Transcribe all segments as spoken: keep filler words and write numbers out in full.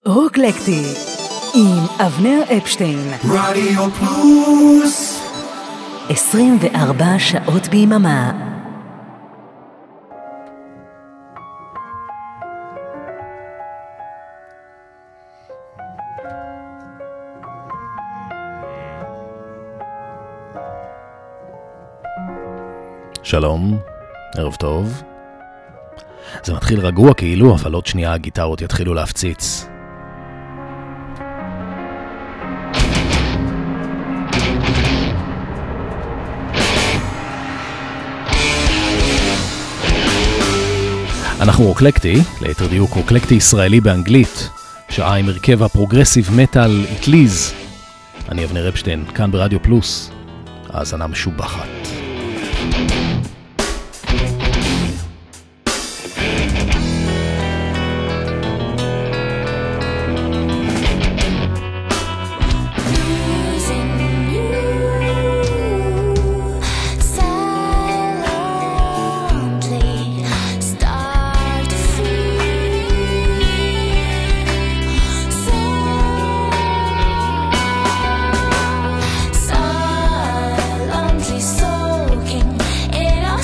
רוקלקטי עם אבנר אפשטיין. רדיו פלוס עשרים וארבע שעות ביממה. שלום, ערב טוב. זה מתחיל רגוע כאילו, אבל עוד שנייה הגיטרות יתחילו להפציץ. אנחנו רוקלקטי, ליתר דיוק רוקלקטי ישראלי באנגלית, שעה עם הרכב הפרוגרסיב מטל איטליז. אני אבנר אפשטיין, כאן ברדיו פלוס, האזנה משובחת. Silently soaking in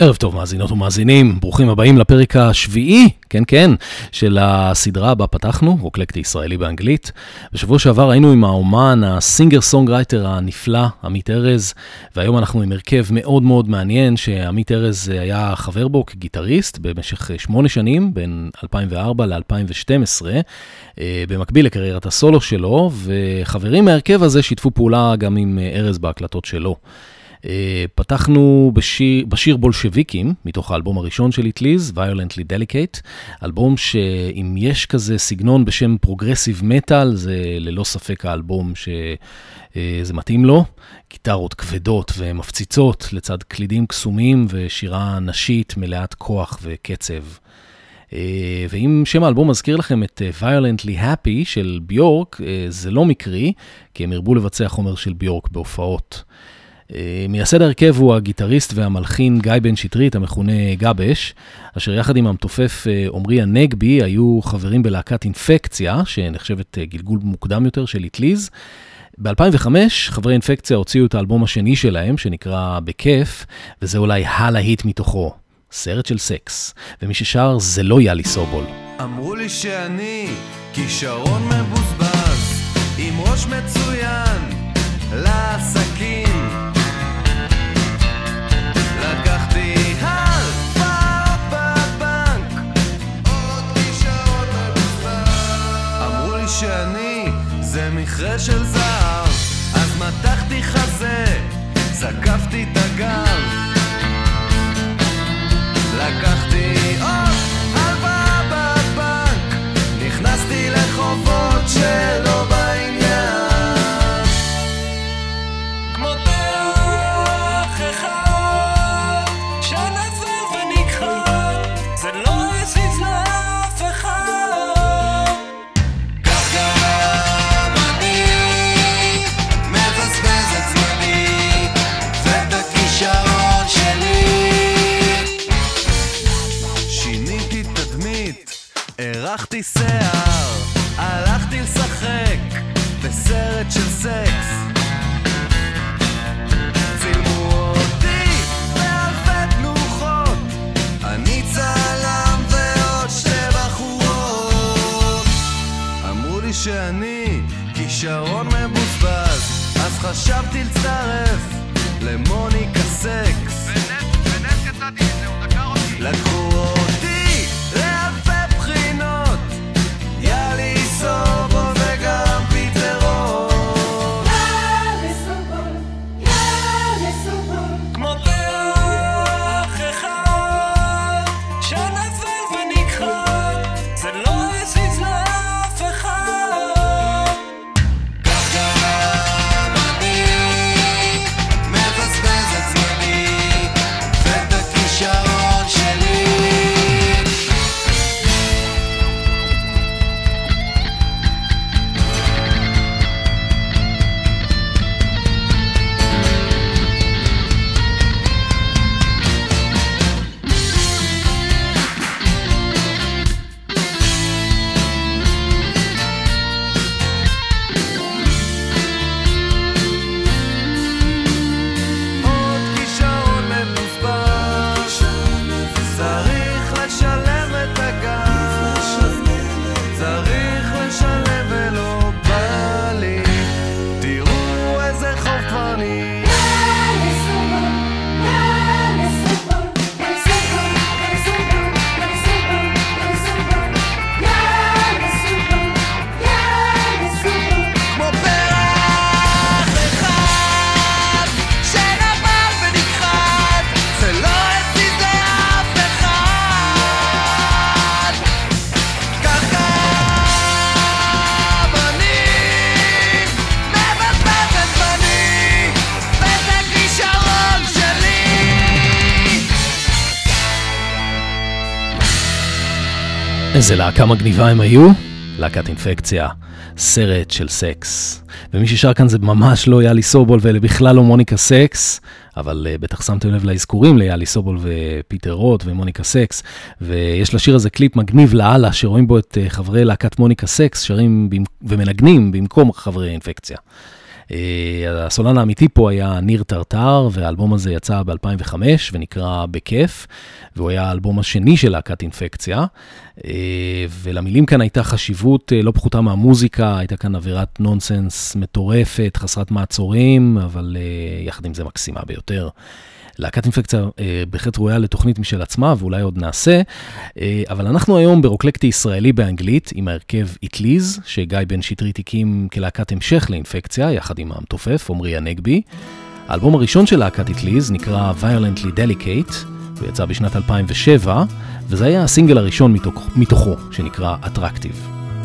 ערב טוב מאזינות ומאזינים, ברוכים הבאים לפרק השביעי, כן כן, של הסדרה בה פתחנו, רוקלקטי ישראלי באנגלית. בשבוע שעבר היינו עם האומן, הסינגר סונגרייטר הנפלא, עמית ארז, והיום אנחנו עם הרכב מאוד מאוד מעניין, שעמית ארז היה חבר בו כגיטריסט במשך שמונה שנים, בין אלפיים וארבע ל-אלפיים ושתים עשרה, במקביל לקריירת הסולו שלו, וחברים מהרכב הזה שיתפו פעולה גם עם ארז בהקלטות שלו. Uh, פתחנו בשיר, בשיר בולשוויקים, מתוך האלבום הראשון של איטליז, Violently Delicate, אלבום שאם יש כזה סגנון בשם פרוגרסיב מטל, זה ללא ספק האלבום שזה uh, מתאים לו, גיטרות כבדות ומפציצות, לצד קלידים קסומים ושירה נשית מלאת כוח וקצב. Uh, ואם שם האלבום מזכיר לכם את uh, Violently Happy של ביורק, uh, זה לא מקרי, כי הם הרבו לבצע חומר של ביורק בהופעות. מייסד הרכב הוא הגיטריסט והמלחין גיא בן שטרית, המכונה גבש, אשר יחד עם המתופף עומרי הנגבי היו חברים בלהקת אינפקציה, שנחשבת גלגול מוקדם יותר של איטליז. ב-אלפיים וחמש חברי אינפקציה הוציאו את האלבום השני שלהם, שנקרא בכיף, וזה אולי הלהיט מתוכו, סרט של סקס. ומי ששר זה לא יאלי סובול. אמרו לי שאני כישרון מבוזבז, עם ראש מצוין לעסקים. לקחתי הלוואות בבנק, עוד כישרון מבוזבז. אמרו לי שאני זה מכרה של זהב, אז מתחתי חזה, זקפתי את הגב. לקחתי עוד הלוואה בבנק, נכנסתי לחובות שלא בעניין. הרחתי שיער, הלכתי לשחק בסרט של סקס. צילמו אותי באלפי תנוחות, אני צלם ועוד שתי בחורות. אמרו לי שאני כישרון מבוזבז, אז חשבתי לצטרף למוניקה סקס. בנס קצתי את זה, הוא דקר אותי. לקחו אותי יאלי סובול וגם פיטרון. יאלי סובול, יאלי סובול, כמו פרח אחד שנפל ונכחד, זה לא הזיז לאף אחד. כך גם אני מבזבז את זמני ואת הכישרון שלי. איזה להקה מגניבה הם היו? להקת אינפקציה, סרט של סקס. ומי ששר כאן זה ממש לא יאלי סובול ובכלל לא מוניקה סקס, אבל uh, בטח שמתם לב להזכורים ליאלי סובול ופיטר רוט ומוניקה סקס, ויש לשיר הזה קליפ מגניב לעלה, שרואים בו את uh, חברי להקת מוניקה סקס, שרים במ... ומנגנים במקום חברי אינפקציה. הסולן האמיתי פה היה ניר טרטר, והאלבום הזה יצא ב-אלפיים וחמש ונקרא בכיף, והוא היה האלבום השני של להקת אינפקציה, ולמילים כאן הייתה חשיבות לא פחותה מהמוזיקה, הייתה כאן אווירת נונסנס מטורפת, חסרת מעצורים, אבל יחד עם זה מקסימה ביותר. להקת אינפקציה בהחלט ראויה לתוכנית משל עצמה, ואולי עוד נעשה, אבל אנחנו היום ברוקלקטי ישראלי באנגלית, עם ההרכב איטליז, שגיא בן שטרית הקים כלהקת המשך לאינפקציה, יחד עם המתופף, עומרי הנגבי. האלבום הראשון של להקת איטליז נקרא Violently Delicate, הוא יצא בשנת אלפיים ושבע, וזה היה הסינגל הראשון מתוכו, מתוכו שנקרא Attractive.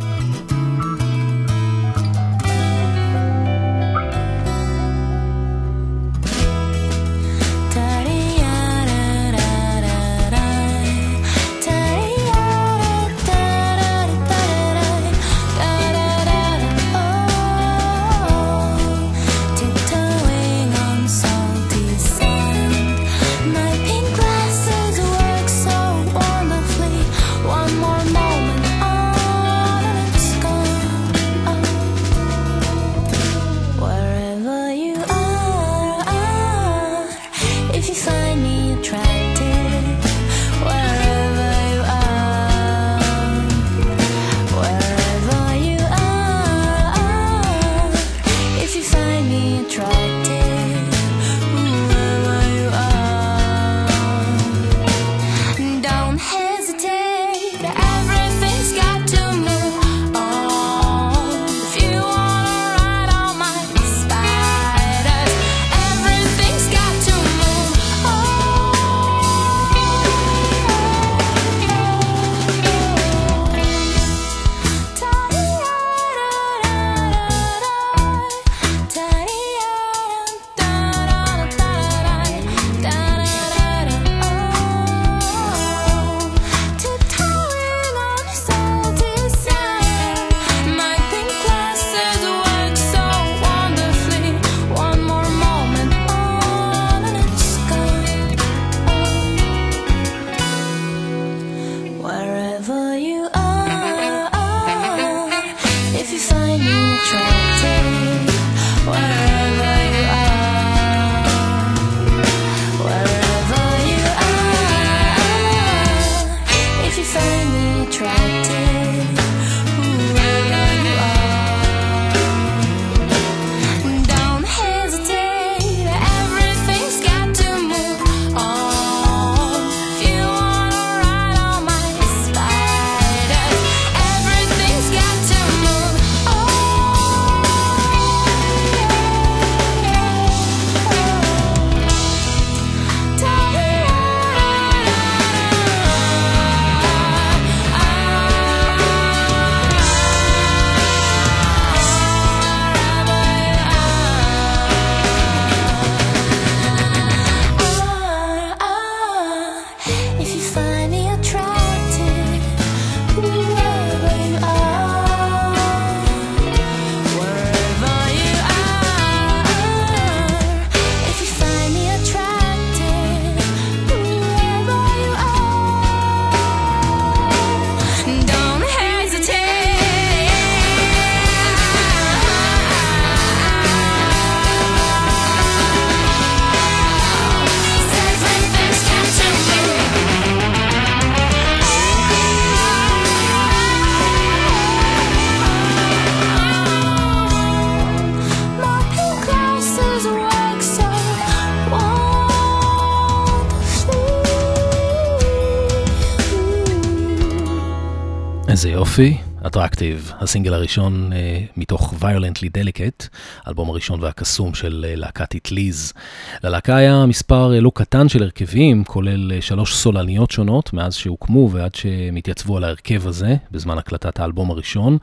איזה יופי, Attractive, הסינגל הראשון אה, מתוך Violently Delicate, האלבום הראשון והקסום של אה, להקת איטליז. ללהקה היה מספר אה, לא קטן של הרכבים, כולל אה, שלוש סולניות שונות מאז שהוקמו ועד שמתייצבו על ההרכב הזה, בזמן הקלטת האלבום הראשון,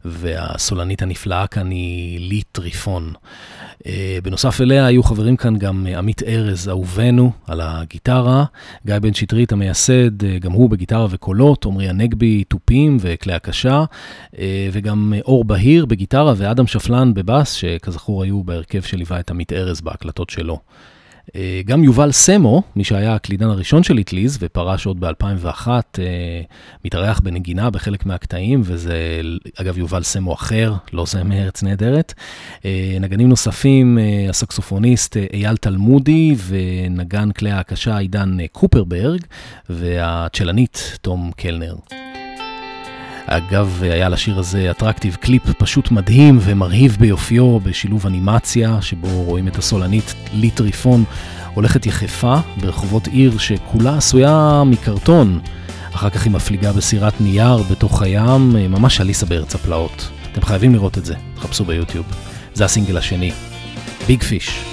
והסולנית הנפלאה כאן היא לי טריפון. אה, בנוסף אליה היו חברים כאן גם אה, עמית ארז אהובנו על הגיטרה, גיא בן שטרית המייסד, אה, גם הוא בגיטרה וקולות, עומרי הנגבי טופים וכלי הקשה, וגם אור בהיר בגיטרה ואדם שפלן בבאס, שכזכור היו בהרכב שליווה את עמית ארז בהקלטות שלו. גם יובל סמו, מי שהיה הקלידן הראשון של איטליז, ופרש עוד ב-אלפיים ואחת, מתארח בנגינה בחלק מהקטעים, וזה אגב יובל סמו אחר, לא זה מארץ נהדרת. נגנים נוספים, הסקסופוניסט אייל תלמודי, ונגן כלי ההקשה עידן קופרברג, והצ'לנית תום קלנר. אגב, היה לשיר הזה אטרקטיב קליפ פשוט מדהים ומרהיב ביופיו, בשילוב אנימציה, שבו רואים את הסולנית לי טריפון הולכת יחפה ברחובות עיר שכולה עשויה מקרטון. אחר כך היא מפליגה בסירת נייר בתוך הים, ממש אליסה בארץ הפלאות. אתם חייבים לראות את זה, תחפשו ביוטיוב. זה הסינגל השני, ביג פיש.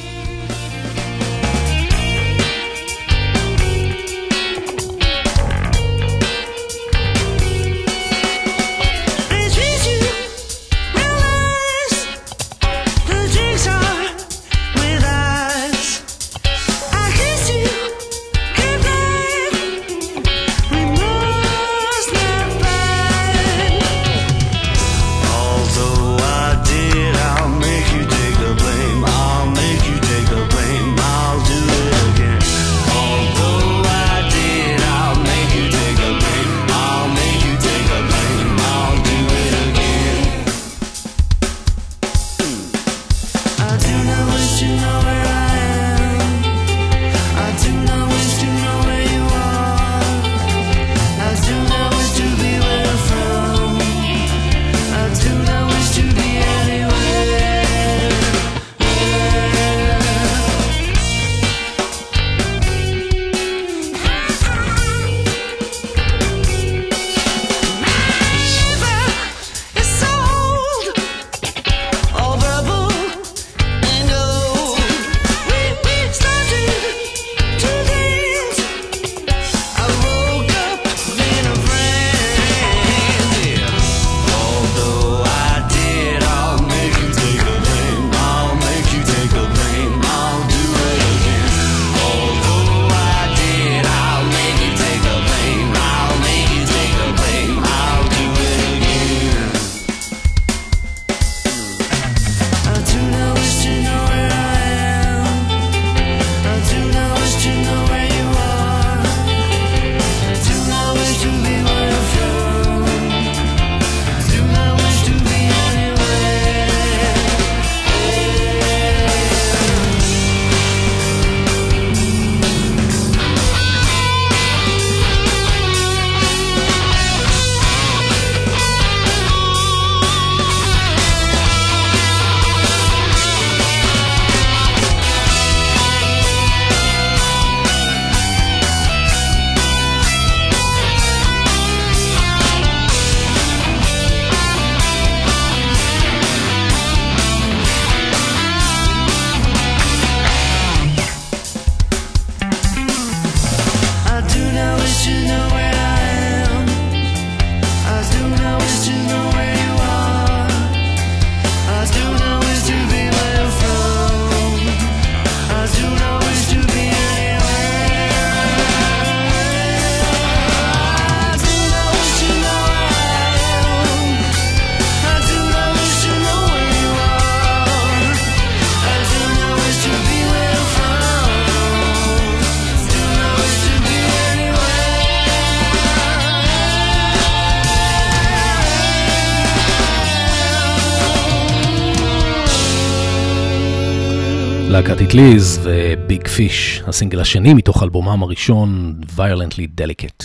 להקת איטליז וביג פיש, הסינגל השני מתוך אלבומם הראשון, Violently Delicate.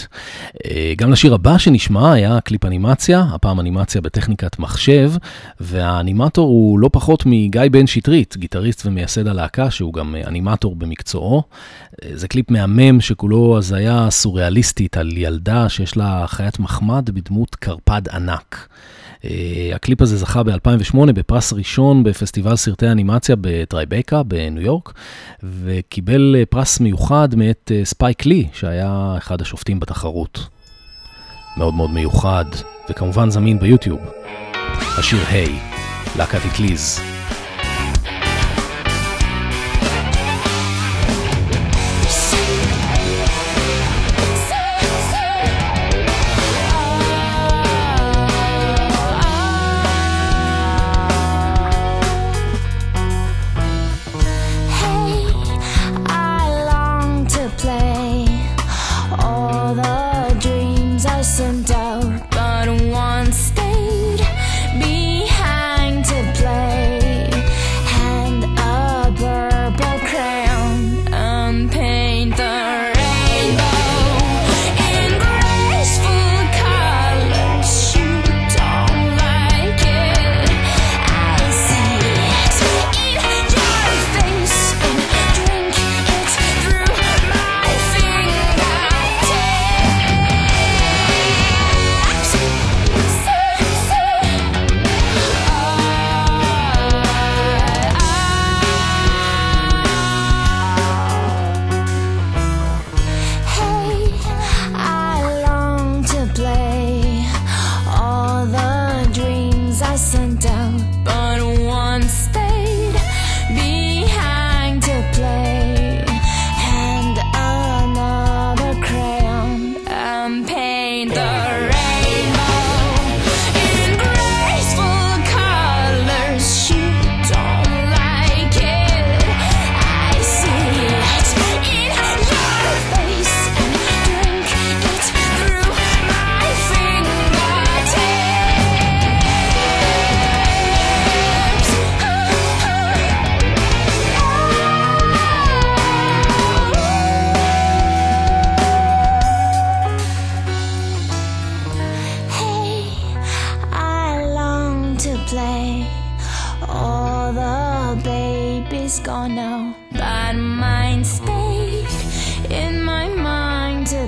גם לשיר הבא שנשמע היה קליפ אנימציה, הפעם אנימציה בטכניקת מחשב, והאנימטור הוא לא פחות מגיא בן שטרית, גיטריסט ומייסד הלהקה, שהוא גם אנימטור במקצועו. זה קליפ מהמם שכולו הזיה סוריאליסטית על ילדה שיש לה חיית מחמד בדמות קרפד ענק. הקליפ הזה זכה ב-אלפיים ושמונה בפרס ראשון בפסטיבל סרטי אנימציה בטרייבקה בניו יורק, וקיבל פרס מיוחד מאת ספייק לי, שהיה אחד השופטים בתחרות. מאוד מאוד מיוחד, וכמובן זמין ביוטיוב. השיר היי, להקת איטליז. I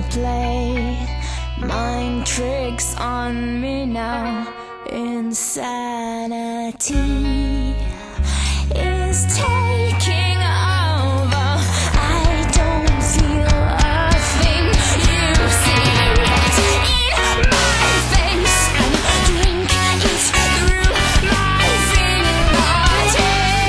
play mind tricks on me now. Insanity is taking over. I don't feel a thing. You see it in my face and drink it through my fingertips.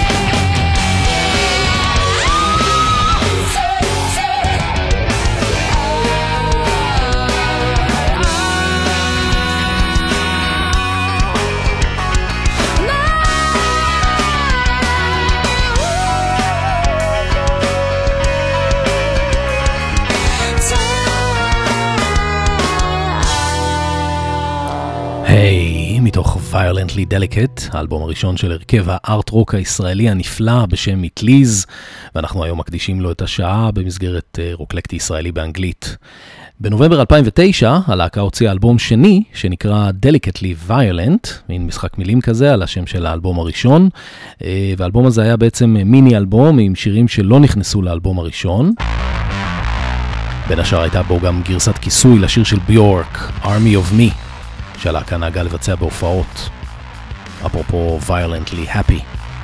היי, מתוך Violently Delicate, האלבום הראשון של הרכב הארט רוק הישראלי הנפלא בשם איטליז, ואנחנו היום מקדישים לו את השעה במסגרת רוקלקטי ישראלי באנגלית. בנובמבר אלפיים ותשע הלהקה הוציאה אלבום שני שנקרא Delicately Violent, מין משחק מילים כזה על השם של האלבום הראשון, והאלבום הזה היה בעצם מיני אלבום עם שירים שלא נכנסו לאלבום הראשון. בין השאר הייתה בו גם גרסת כיסוי לשיר של ביורק, Army of Me, שהלהקה נהגה לבצע בהופעות. אפרופו Violently Happy.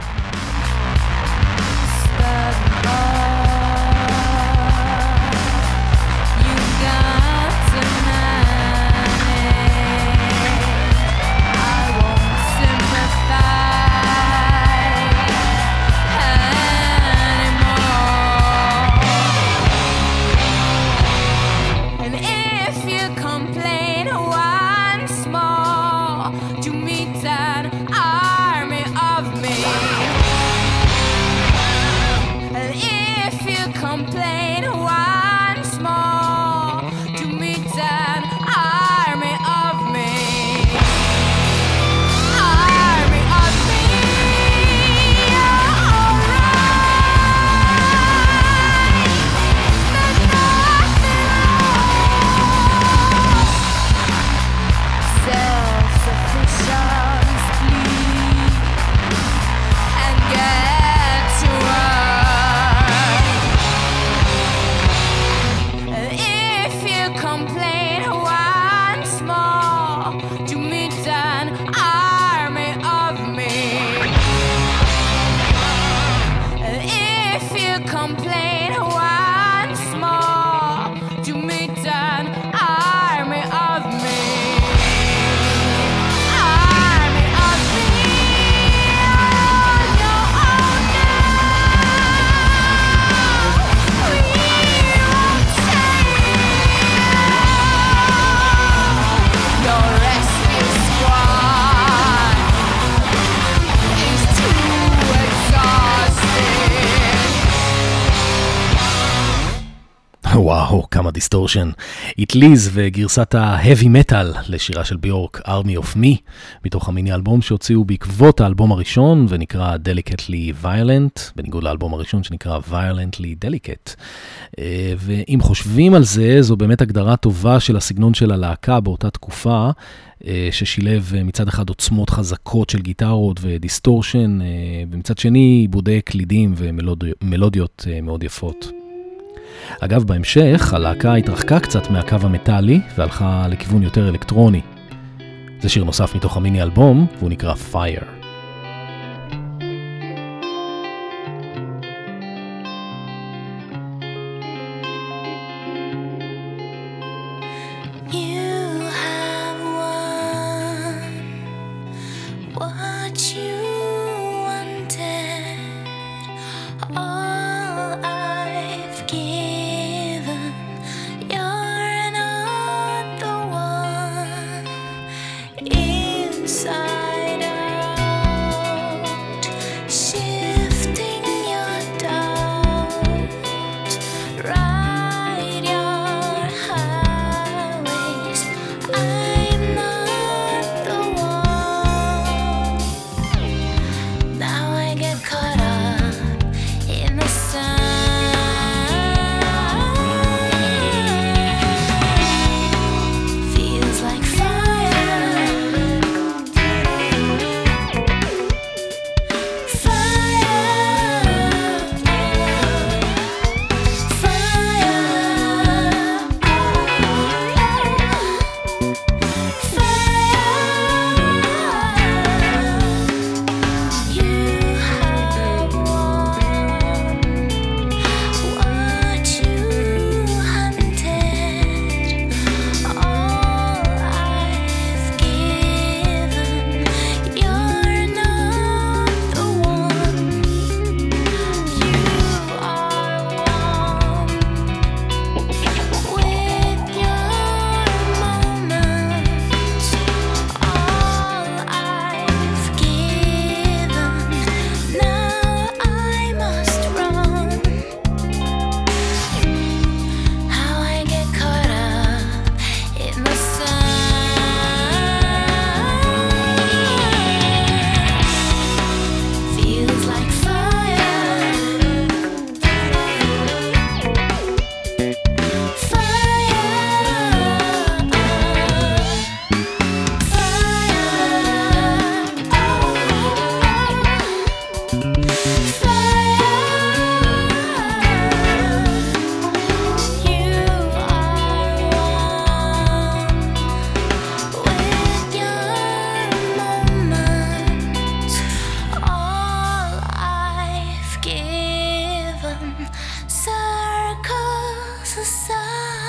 וואו, כמה דיסטורשן. איטליז וגרסת ההאבי מטל לשירה של ביורק, Army of Me, מתוך המיני אלבום שהוציאו בעקבות האלבום הראשון, ונקרא Delicately Violent, בניגוד לאלבום הראשון שנקרא Violently Delicate. ואם חושבים על זה, זו באמת הגדרה טובה של הסגנון של הלהקה באותה תקופה, ששילב מצד אחד עוצמות חזקות של גיטרות ודיסטורשן, ומצד שני עיבודי קלידים ומלודיות מאוד יפות. אגב, בהמשך, הלהקה התרחקה קצת מהקו המטלי והלכה לכיוון יותר אלקטרוני. זה שיר נוסף מתוך המיני אלבום, והוא נקרא Fire. Inside the sun.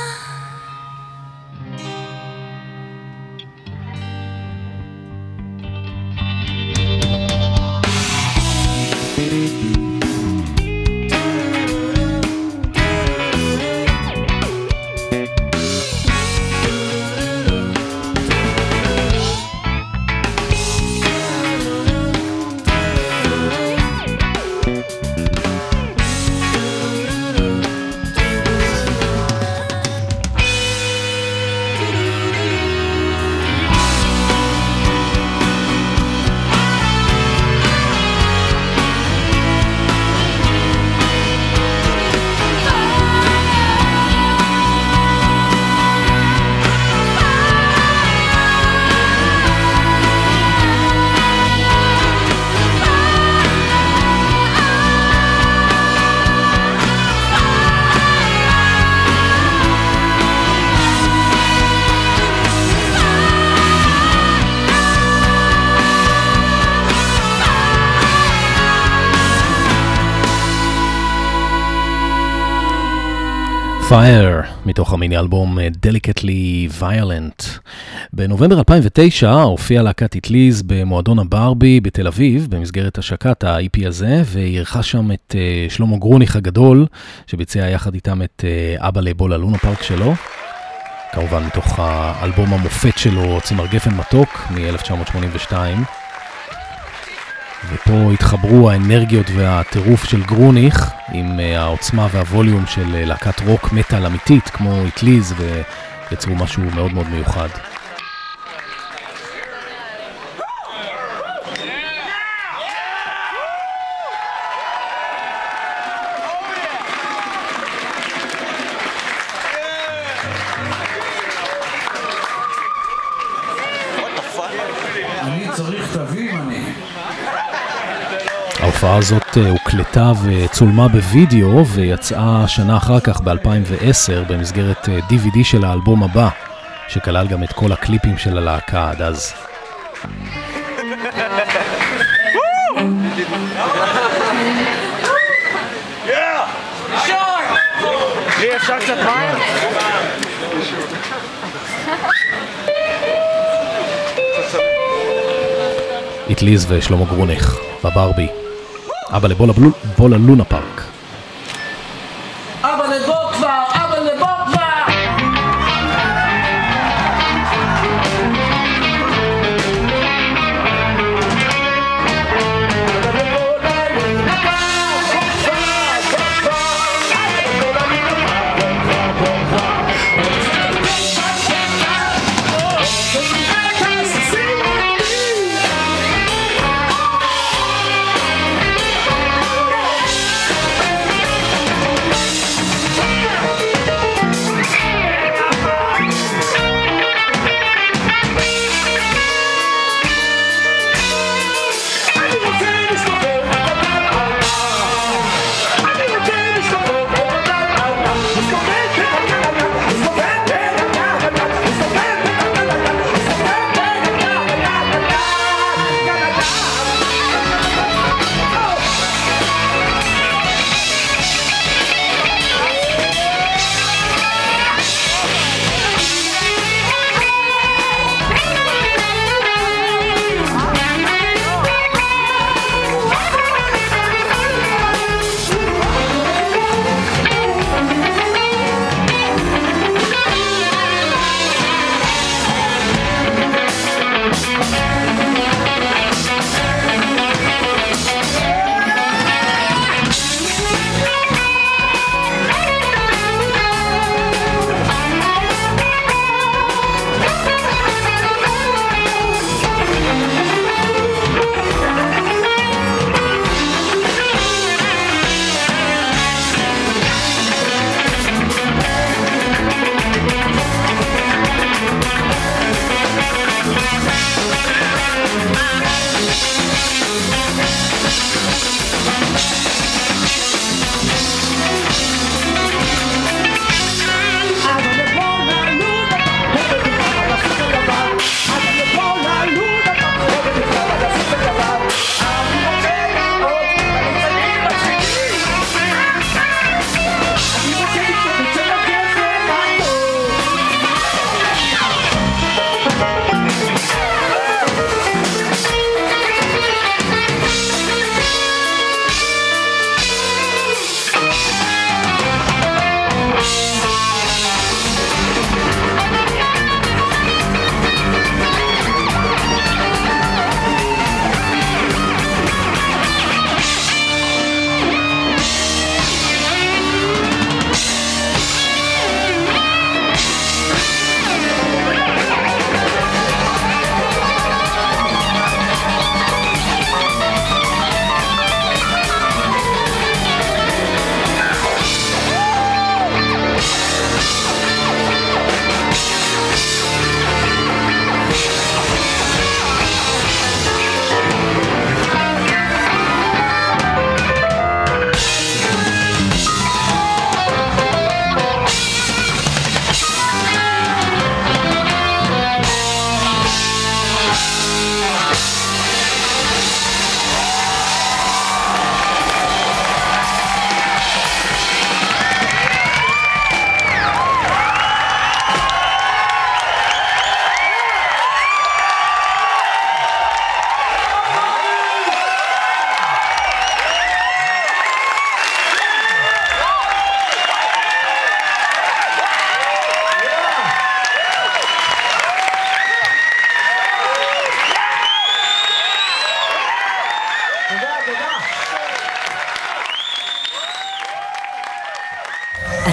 Fire, מתוך המיני אלבום Delicately Violent. בנובמבר אלפיים ותשע הופיעה להקת איטליז במועדון הברבי בתל אביב, במסגרת השקת ה-אי פי הזה, ואירחה שם את uh, שלמה גרוניך הגדול, שביצע יחד איתם את uh, אבא לבוא ללונה פארק שלו. כמובן מתוך האלבום המופת שלו, צמר גפן מתוק, מ-אלף תשע מאות שמונים ושתיים. ופה התחברו האנרגיות והטירוף של גרוניך עם העוצמה והווליום של להקת רוק מטל אמיתית כמו איטליז, ויצרו משהו מאוד מאוד מיוחד. אני צריך תווים, אני. ההופעה הזאת הוקלטה וצולמה בווידאו ויצאה שנה אחר כך ב-אלפיים ועשר במסגרת די וי די של האלבום הבא, שכלל גם את כל הקליפים של הלהקה עד אז. אפשר קצת מים? איטליז ושלמה גרוניך בברבי. אבא לבוא ללונה פארק. אבא לבוא כבר, אבא לבוא כבר!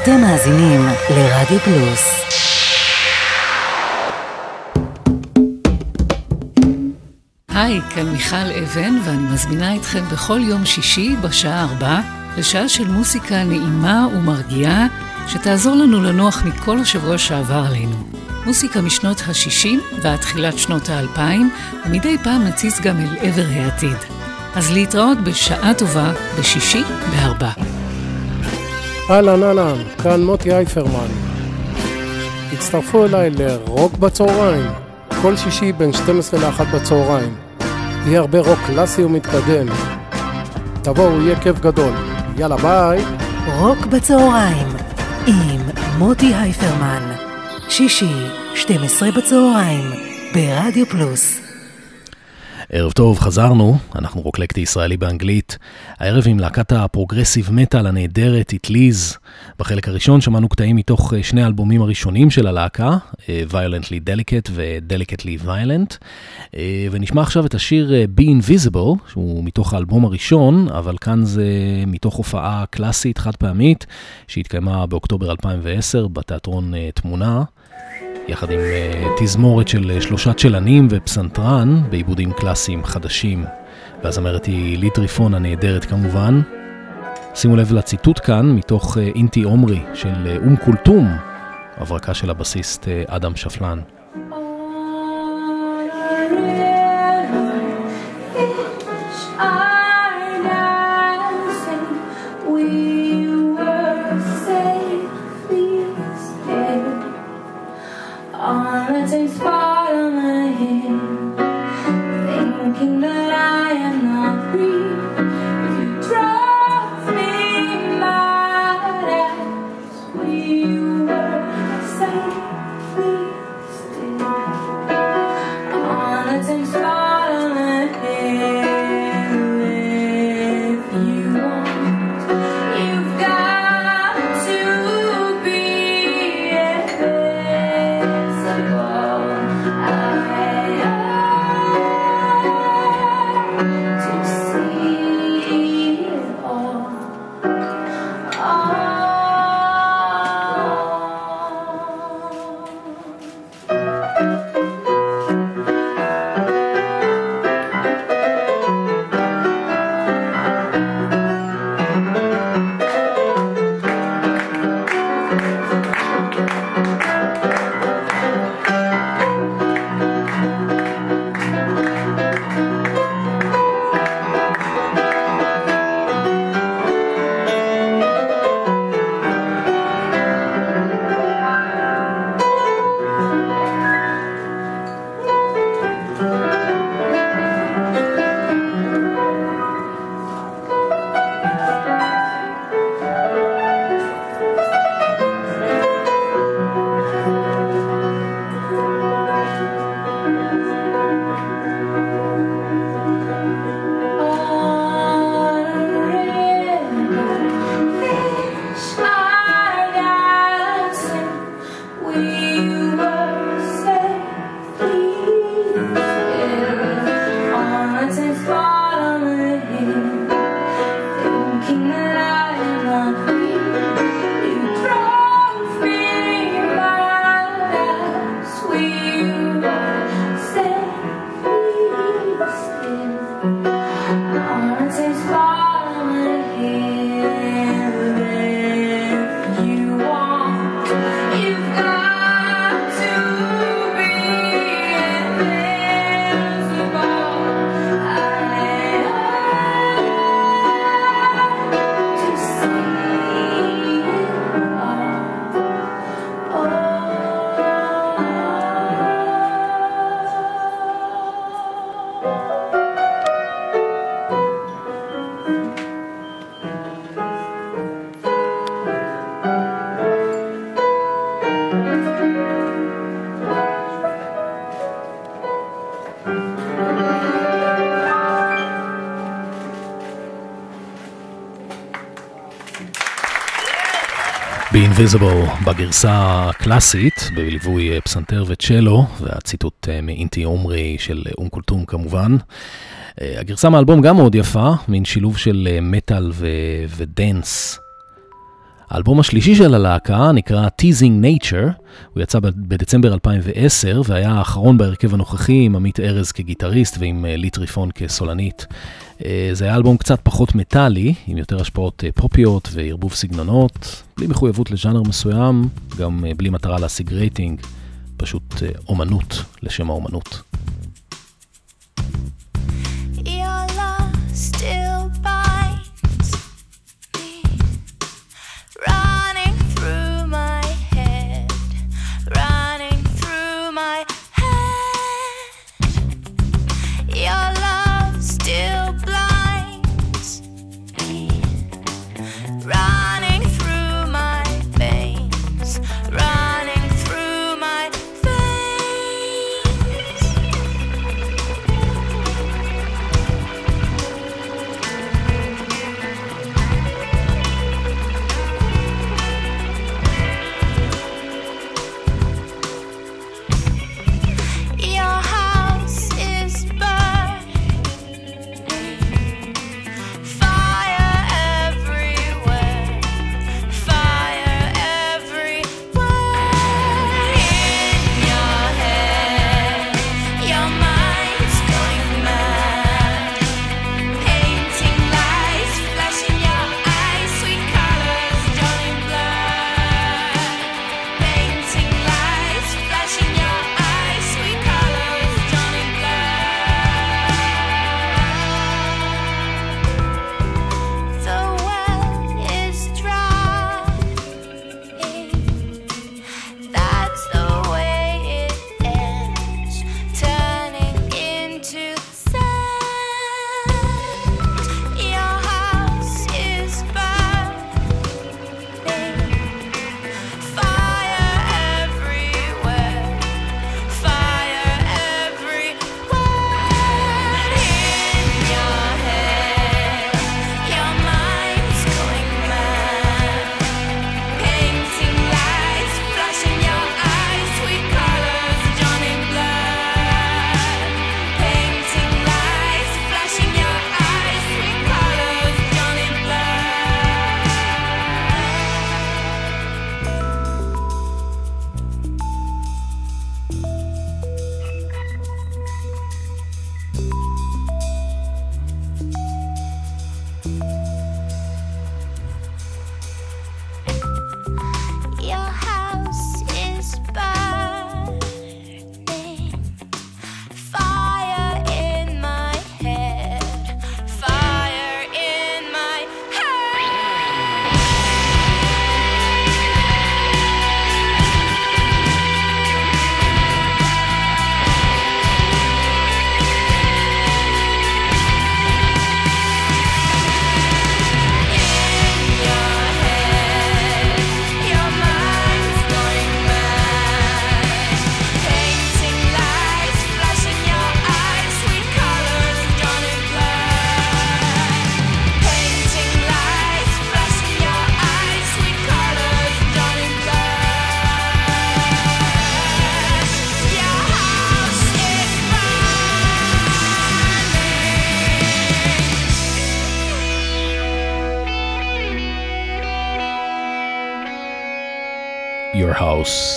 אתם מאזינים לרדיו פלוס. היי, כאן מיכל אבן, ואני מזמינה אתכם בכל יום שישי בשעה ארבע לשעה של מוסיקה נעימה ומרגיעה שתעזור לנו לנוח מכל השבוע שעבר עלינו. מוסיקה משנות ה-שישים ועד תחילת שנות ה-אלפיים, ומדי פעם נציץ גם אל עבר העתיד. אז להתראות בשעה טובה בשישי בארבע. אהלן אהלן, כאן מוטי אייפרמן. הצטרפו אליי לרוק בצהריים, כל שישי בין שתים עשרה לאחת בצהריים. יהיה הרבה רוק קלאסי ומתקדם. תבואו, יהיה כיף גדול. יאללה ביי. רוק בצהריים עם מוטי אייפרמן, שישי שתים עשרה בצהריים ברדיו פלוס. ערב טוב, חזרנו, אנחנו רוקלקטי ישראלי באנגלית, הערב עם להקת הפרוגרסיב מטל הנהדרת איטליז. בחלק הראשון שמענו קטעים מתוך שני האלבומים הראשונים של הלהקה, Violently Delicate ו-Delicately Violent, ונשמע עכשיו את השיר Be Invisible, שהוא מתוך האלבום הראשון, אבל כאן זה מתוך הופעה קלאסית חד פעמית, שהתקיימה באוקטובר אלפיים ועשר בתיאטרון תמונה, יחד עם uh, תזמורת של uh, שלושה צ'לנים ופסנתרן בעיבודים קלאסיים חדשים. והזמרת היא ליט טריפון הנהדרת כמובן. שימו לב לציטוט כאן מתוך uh, אינטי עומרי של uh, אום כולתום, הברקה של הבסיסט uh, אדם שפלן. Be-Invisible בגרסה הקלאסית, בליווי פסנתר וצ'לו, והציטוט מאינטי עומרי של אום כולתום כמובן. הגרסה מהאלבום גם מאוד יפה, מין שילוב של מטל ו- ודנס. האלבום השלישי של הלהקה נקרא Teasing Nature, הוא יצא בדצמבר אלפיים ועשר והיה האחרון בהרכב הנוכחי עם עמית ארז כגיטריסט ועם ליט ריפון כסולנית. זה היה אלבום קצת פחות מטלי, עם יותר השפעות פופיות וערבוב סגנונות, בלי מחויבות לז'אנר מסוים, גם בלי מטרה להשיג רייטינג, פשוט אומנות לשם האומנות. Your House,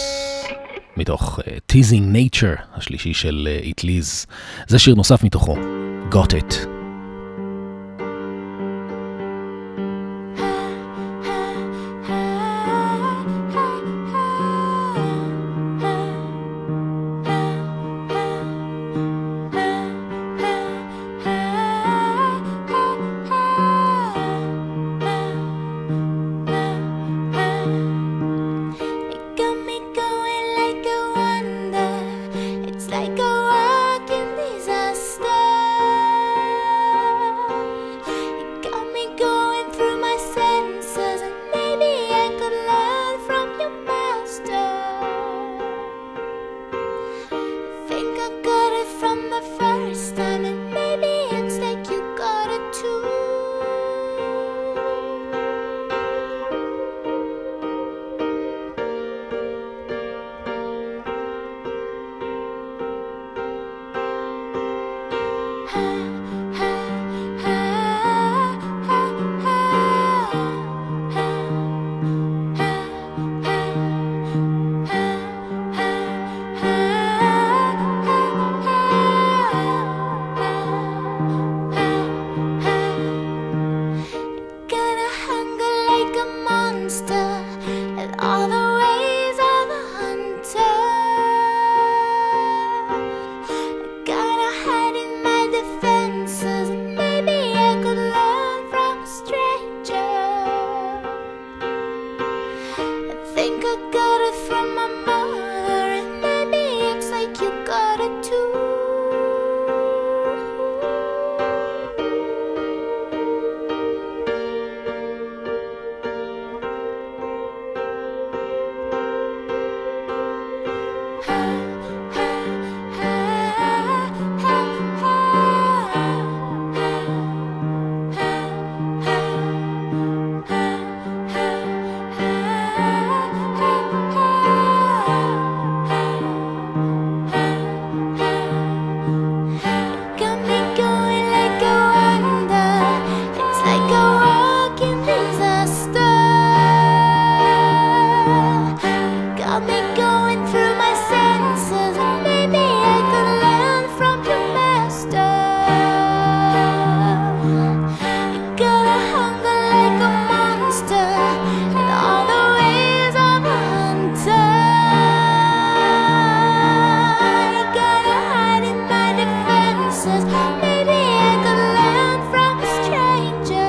מתוך uh, Teasing Nature, השלישי של uh, איטליז. זה שיר נוסף מתוכו, Got It. Like a walking disaster. my mother, and maybe it's like you got it too. Got me going like a wonder. It's like a walking disaster. Got me going through my senses, and maybe I could learn from your master. You got a hunger like a monster, and all the ways of a hunter. You gotta hide in my defenses. Maybe I could learn from a stranger.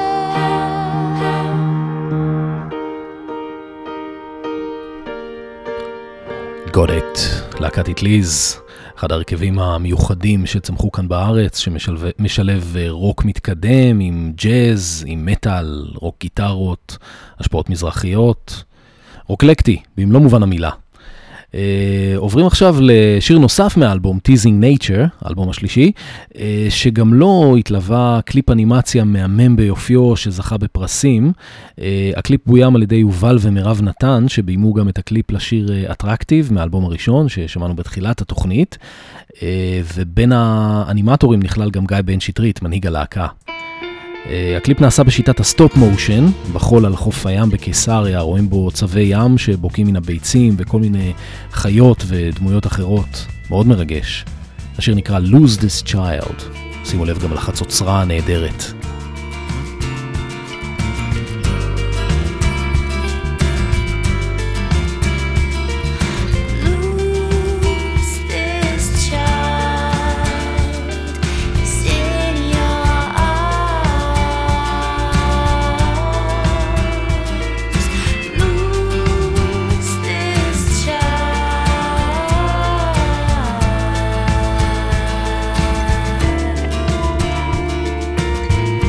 Got it, להקת איטליז, אחד הרכבים המיוחדים שצמחו כאן בארץ, שמשלב רוק מתקדם עם ג'אז, עם מטל, רוק גיטרות, השפעות מזרחיות, רוקלקטי, במלוא מובן המילה. Uh, עוברים עכשיו לשיר נוסף מהאלבום Teasing Nature, האלבום השלישי, uh, שגם לא התלווה קליפ אנימציה מהמם ביופיו שזכה בפרסים. Uh, הקליפ בוים על ידי יובל ומירב נתן, שביימו גם את הקליפ לשיר אטרקטיב מהאלבום הראשון ששמענו בתחילת התוכנית, uh, ובין האנימטורים נכלל גם גיא בן שטרית, מנהיג הלהקה. Uh, הקליפ נעשה בשיטת הסטופ מושן, בחול על חוף הים בקיסריה, רואים בו צווי ים שבוקעים מן הביצים וכל מיני חיות ודמויות אחרות, מאוד מרגש. השיר נקרא Lose This Child, שימו לב גם לחצוצרה הנהדרת. Lose this child, it's in your arms. Lose this child.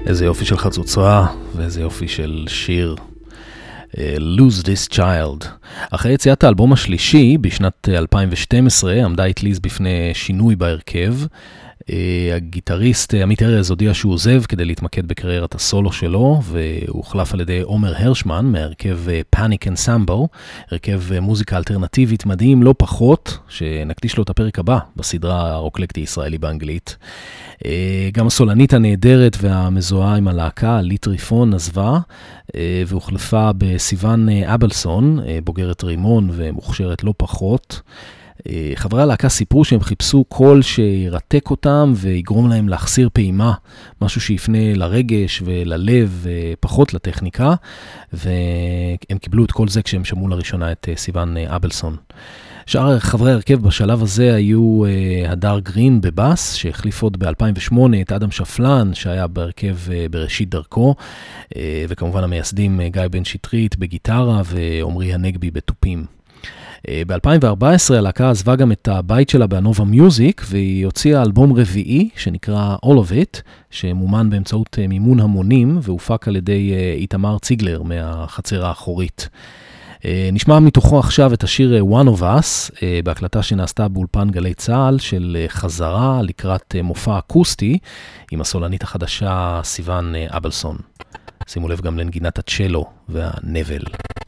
איזה יופי של חצוצרה ואיזה יופי של שיר. Uh, Lose This Child. אחרי יציאת האלבום השלישי בשנת אלפיים ושתים עשרה עמדה אטליז בפני שינוי בהרכב. Uh, הגיטריסט עמית ארז הודיע שהוא עוזב כדי להתמקד בקריירת הסולו שלו, והוא הוחלף על ידי עומר הרשמן מהרכב Panic Ensemble, הרכב מוזיקה אלטרנטיבית מדהים לא פחות, שנקדיש לו את הפרק הבא בסדרה הרוקלקטי ישראלי באנגלית. Uh, גם הסולנית הנהדרת והמזוהה עם הלהקה, לית ריפון, עזבה, uh, והוחלפה בסיוון אבלסון, uh, בוגרת רימון ומוכשרת לא פחות. חברי הלהקה סיפרו שהם חיפשו קול שירתק אותם ויגרום להם להחסיר פעימה, משהו שיפנה לרגש וללב ופחות לטכניקה, והם קיבלו את כל זה כשהם שמעו לראשונה את סיוון אבלסון. שאר חברי הרכב בשלב הזה היו הדר גרין בבאס, שהחליף עוד ב-אלפיים ושמונה את אדם שפלן, שהיה בהרכב בראשית דרכו, וכמובן המייסדים גיא בן שטרית בגיטרה ועומרי הנגבי בטופים. ב-אלפיים וארבע עשרה הלהקה עזבה גם את הבית שלה באנובה מיוזיק, והיא הוציאה אלבום רביעי שנקרא All of It, שמומן באמצעות מימון המונים, והופק על ידי איתמר ציגלר מהחצר האחורית. נשמע מתוכו עכשיו את השיר One of Us, בהקלטה שנעשתה באולפן גלי צהל של חזרה לקראת מופע אקוסטי, עם הסולנית החדשה סיוון אבלסון. שימו לב גם לנגינת הצ'לו והנבל.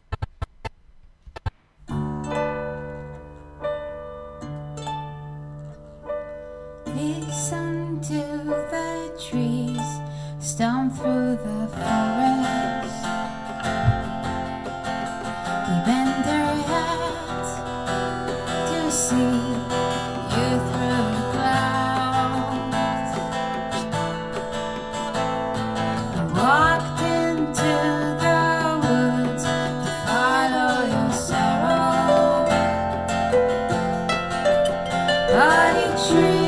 Listen to the trees stomp through the forest. They bend their heads to see you through the clouds. You walked into the woods to follow your sorrow, but each tree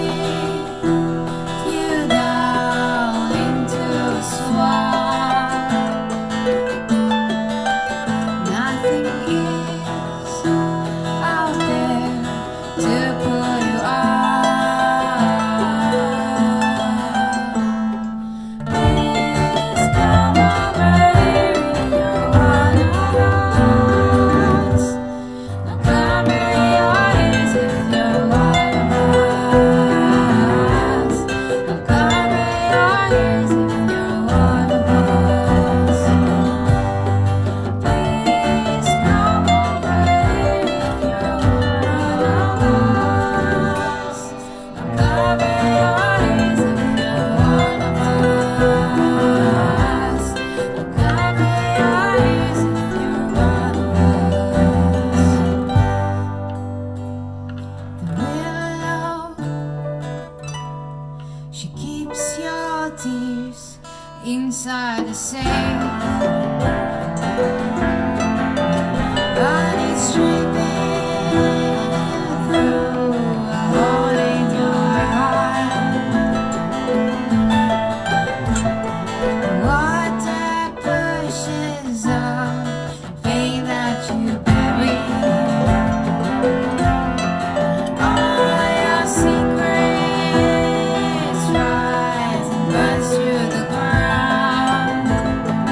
through the ground.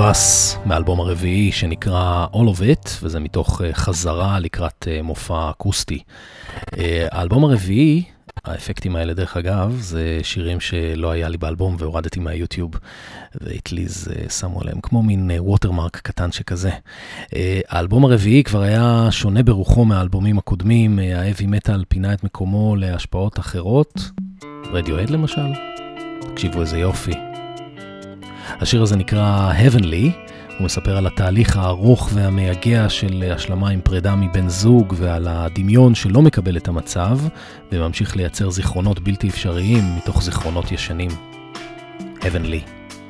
מודפס מאלבום הרביעי שנקרא All of It, וזה מתוך חזרה לקראת מופע אקוסטי. האלבום הרביעי, האפקטים האלה דרך אגב, זה שירים שלא היה לי באלבום והורדתי מהיוטיוב, ואיטליז שמו עליהם כמו מין ווטרמרק קטן שכזה. האלבום הרביעי כבר היה שונה ברוחו מהאלבומים הקודמים, האבי מטל פינה את מקומו להשפעות אחרות, רדיואד למשל, תקשיבו איזה יופי. השיר הזה נקרא Heavenly, הוא מספר על התהליך הארוך והמייגע של השלמה עם פרידה מבן זוג ועל הדמיון שלא מקבל את המצב וממשיך לייצר זיכרונות בלתי אפשריים מתוך זיכרונות ישנים. Heavenly.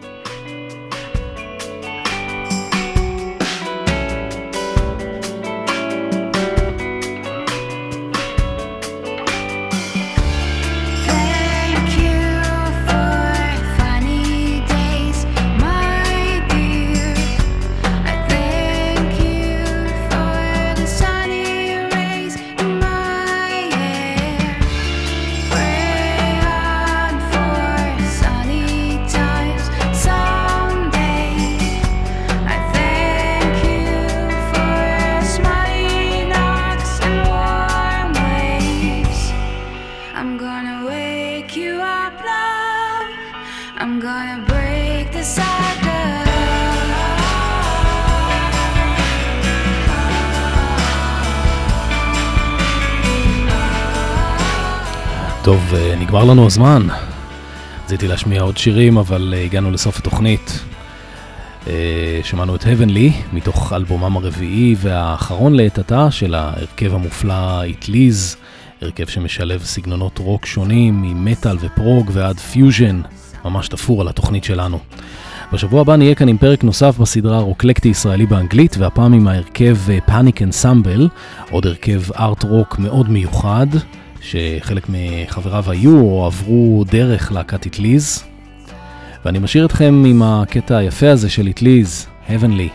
טוב, נגמר לנו הזמן. רציתי להשמיע עוד שירים, אבל הגענו לסוף התוכנית. שמענו את Heavenly, מתוך אלבומם הרביעי והאחרון לעתתה של ההרכב המופלא איטליז, הרכב שמשלב סגנונות רוק שונים, ממטל ופרוג ועד פיוז'ן, ממש תפור על התוכנית שלנו. בשבוע הבא נהיה כאן עם פרק נוסף בסדרה רוקלקטי ישראלי באנגלית, והפעם עם ההרכב פאניק אנסמבל, עוד הרכב ארט רוק מאוד מיוחד, שחלק מחבריו היו או עברו דרך להקת איטליז. ואני משאיר אתכם עם הקטע היפה הזה של איטליז, Heavenly.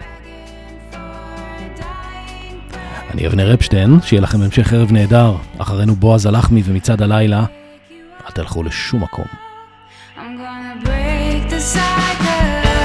אני אבנר אפשטיין, שיהיה לכם המשך ערב נהדר. אחרינו בועז הלחמי ומצד הלילה. אל תלכו לשום מקום. I'm gonna break the cycle.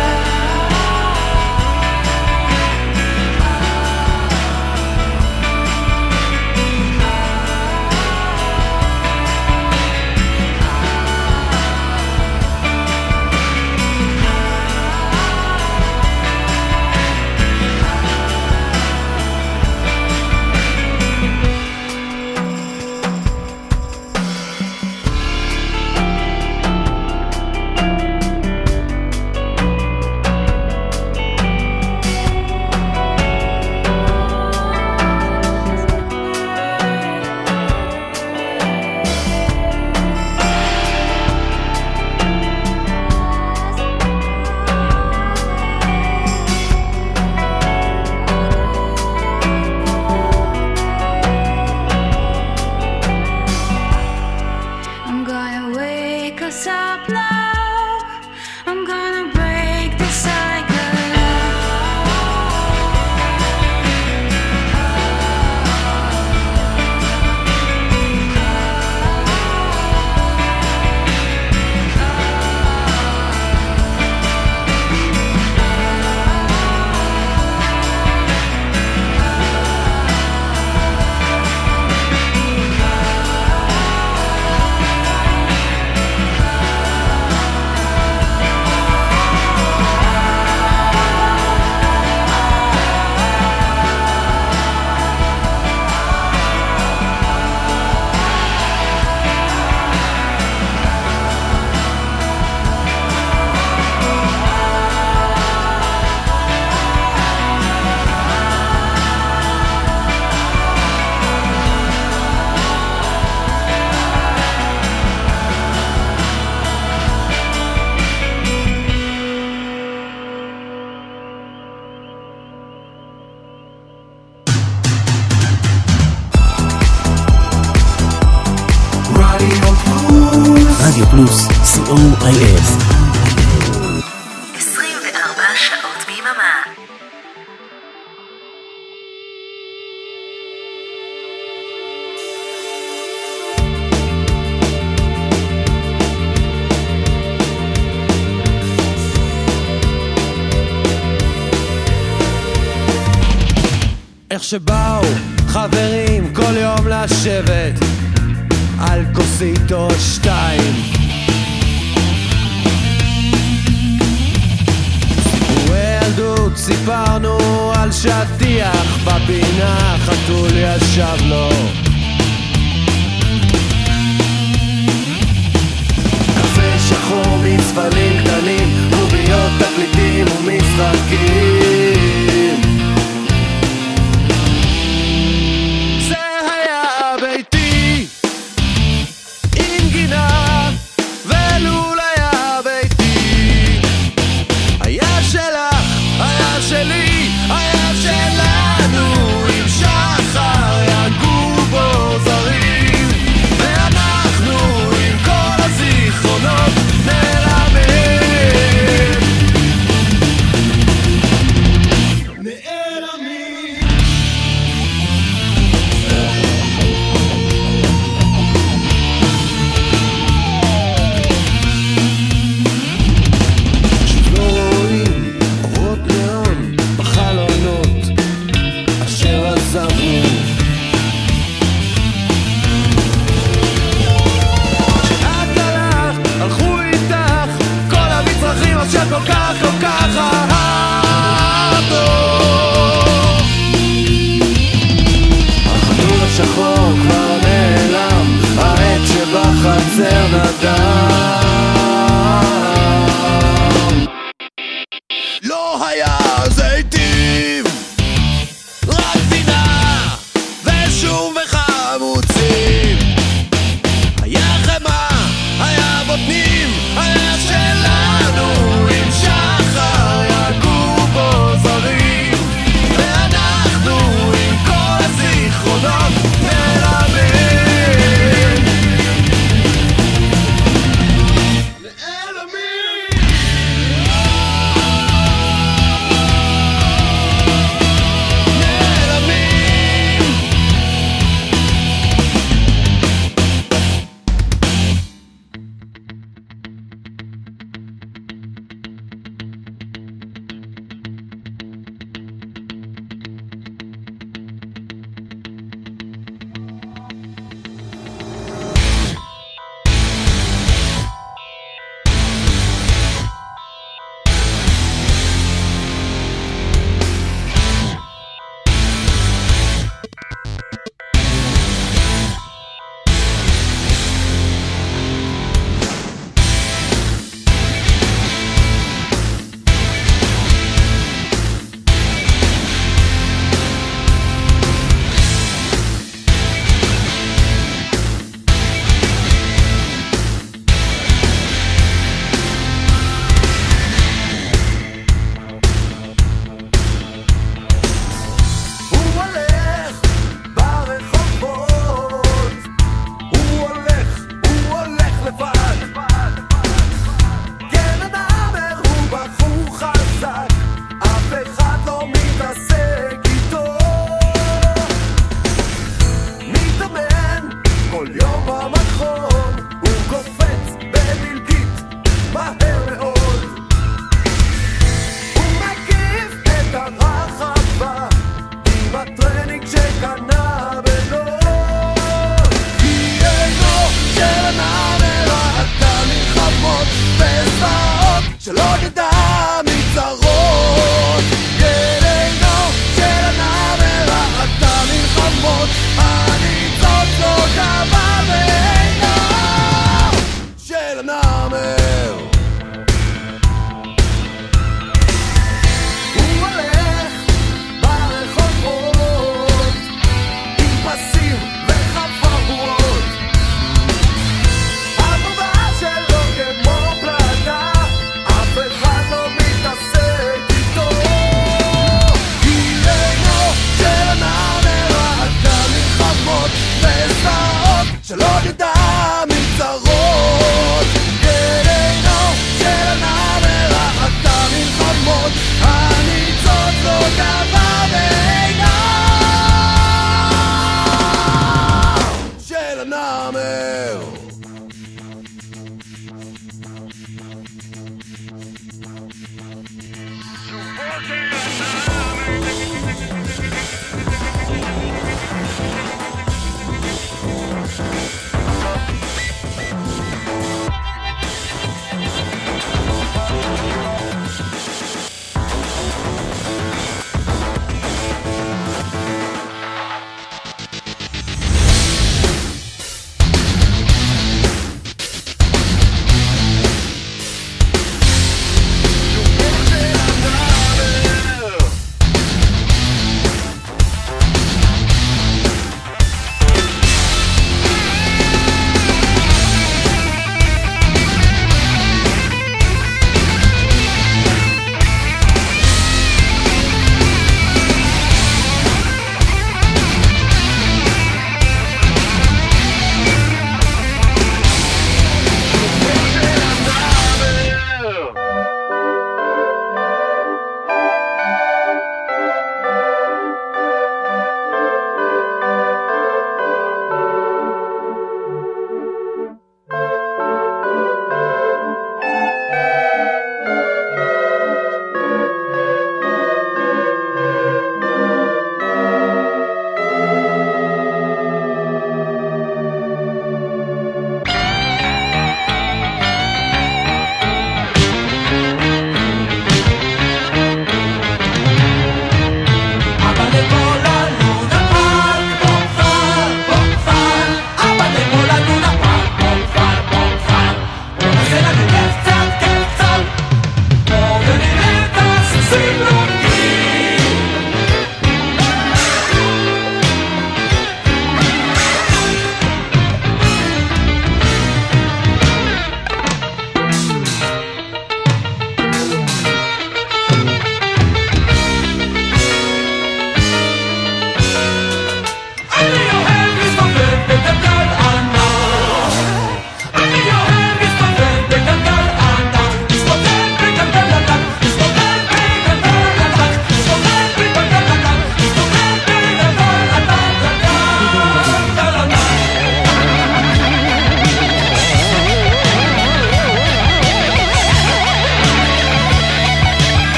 רדיו פלוס, סי או איי אס. עשרים וארבע שעות ביממה. איך שבאו חברים כל יום לשבת על כוסית או שתיים, סיפורי ילדות סיפרנו על שטיח בפינה, חתול ישב לו, קפה שחור מצפלים קטנים, קוביות תקליטים ומשחקים. זה היה ביתי עם גינה ולול היה ביתי, היה שלך, היה שלי, היה שלנו, עם שחר יגעו בו זרים, ואנחנו עם כל הזיכרונות נעלמים. שוב לא רואים אורות נאון בחלונות,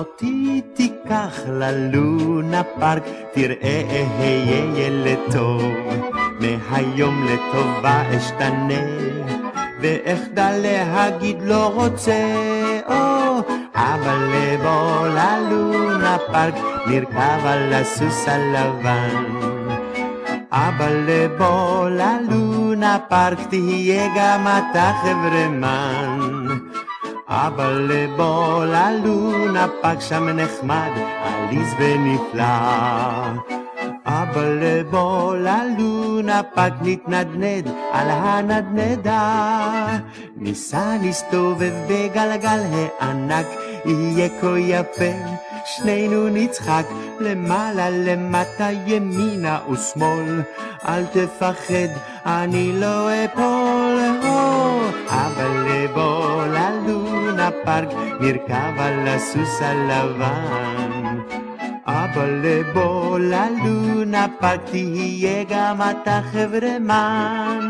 אותי תיקח ללונה פארק, תראה אהיה ילד טוב, מהיום לטובה אשתנה, ואחדל להגיד לא רוצה, או, אבל לבוא ללונה פארק, נרכב על הסוס הלבן. אבל לבוא ללונה פארק, תהיה גם אתה חברמן. אבל לבוא ללונה פארק, שם נחמד, עליז ונפלא. אבל לבוא ללונה פארק, נתנדנד על הנדנדה. ניסה נסתובב בגלגל הענק, יהיה כה יפה, שנינו נצחק, למעלה למטה ימינה ושמאל, אל תפחד אני לא אפול. אבל לבוא ללונה פארק, נרכב על הסוס הלבן. אבל לבוא ללונה פארק, תהיה גם אתה חברמן.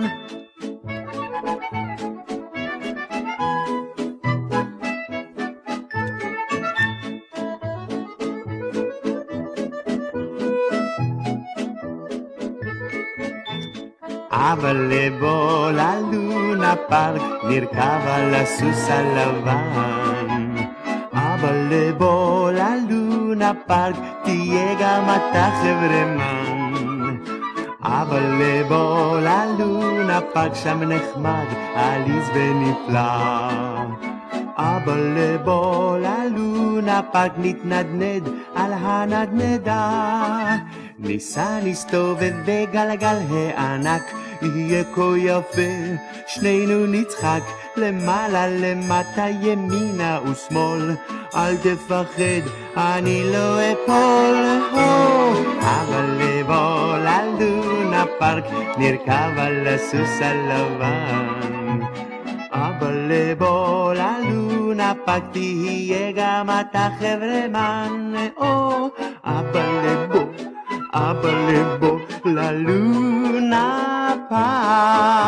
אבל לבוא ללונה פארק, נרכב על הסוס הלבן. אבל לבוא ללונה פארק, תהיה גם אתה חברמן. אבל לבוא ללונה פארק, שם נחמד, עליז ונפלא. אבל לבוא ללונה פארק, נתנדנד על הנדנדה. ניסה נסתובב בגלגל הענק, יהיה כה יפה, שנינו נצחק, למעלה למטה ימינה ושמאל, אל תפחד אני לא אפול. אבל לבוא ללונה פארק, נרכב על הסוס הלבן. אבל לבוא ללונה פארק, תהיה גם אתה חברמן. אבל לבוא אבל לבוא ללונה פארק.